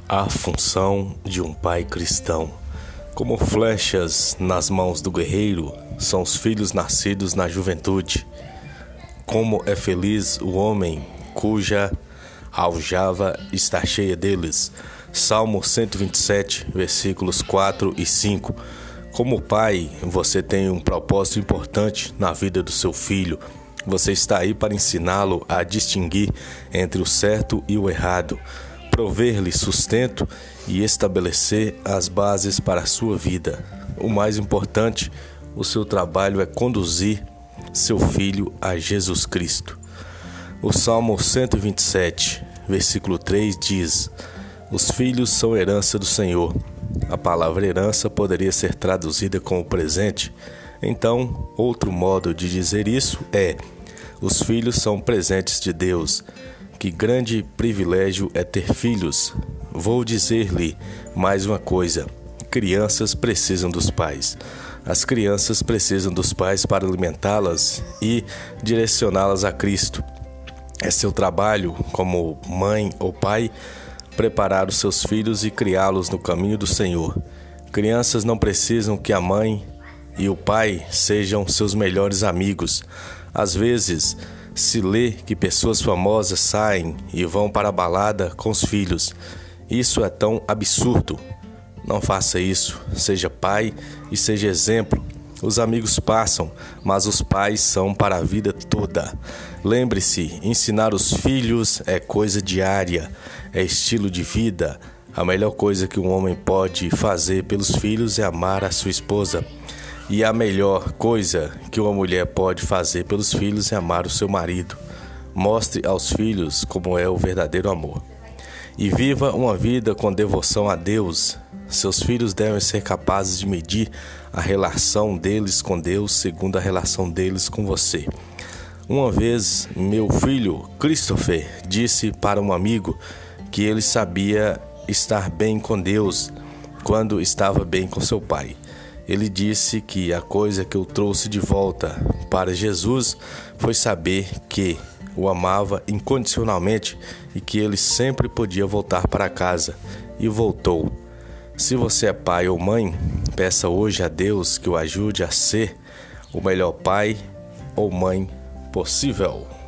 A função de um pai cristão. Como flechas nas mãos do guerreiro, são os filhos nascidos na juventude. Como é feliz o homem cuja aljava está cheia deles. Salmo 127, versículos 4 e 5. Como pai, você tem um propósito importante na vida do seu filho. Você está aí para ensiná-lo a distinguir entre o certo e o errado, prover-lhe sustento e estabelecer as bases para a sua vida. O mais importante, o seu trabalho é conduzir seu filho a Jesus Cristo. O Salmo 127, versículo 3 diz: os filhos são herança do Senhor. A palavra herança poderia ser traduzida como presente. Então, outro modo de dizer isso é: os filhos são presentes de Deus. Que grande privilégio é ter filhos. Vou dizer-lhe mais uma coisa: crianças precisam dos pais. As crianças precisam dos pais para alimentá-las e direcioná-las a Cristo. É seu trabalho, como mãe ou pai, preparar os seus filhos e criá-los no caminho do Senhor. Crianças não precisam que a mãe e o pai sejam seus melhores amigos. Às vezes, se lê que pessoas famosas saem e vão para a balada com os filhos. Isso é tão absurdo. Não faça isso. Seja pai e seja exemplo. Os amigos passam, mas os pais são para a vida toda. Lembre-se, ensinar os filhos é coisa diária, é estilo de vida. A melhor coisa que um homem pode fazer pelos filhos é amar a sua esposa. E a melhor coisa que uma mulher pode fazer pelos filhos é amar o seu marido. Mostre aos filhos como é o verdadeiro amor. E viva uma vida com devoção a Deus. Seus filhos devem ser capazes de medir a relação deles com Deus segundo a relação deles com você. Uma vez, meu filho Christopher disse para um amigo que ele sabia estar bem com Deus quando estava bem com seu pai. Ele disse que a coisa que o trouxe de volta para Jesus foi saber que o amava incondicionalmente e que ele sempre podia voltar para casa. E voltou. Se você é pai ou mãe, peça hoje a Deus que o ajude a ser o melhor pai ou mãe possível.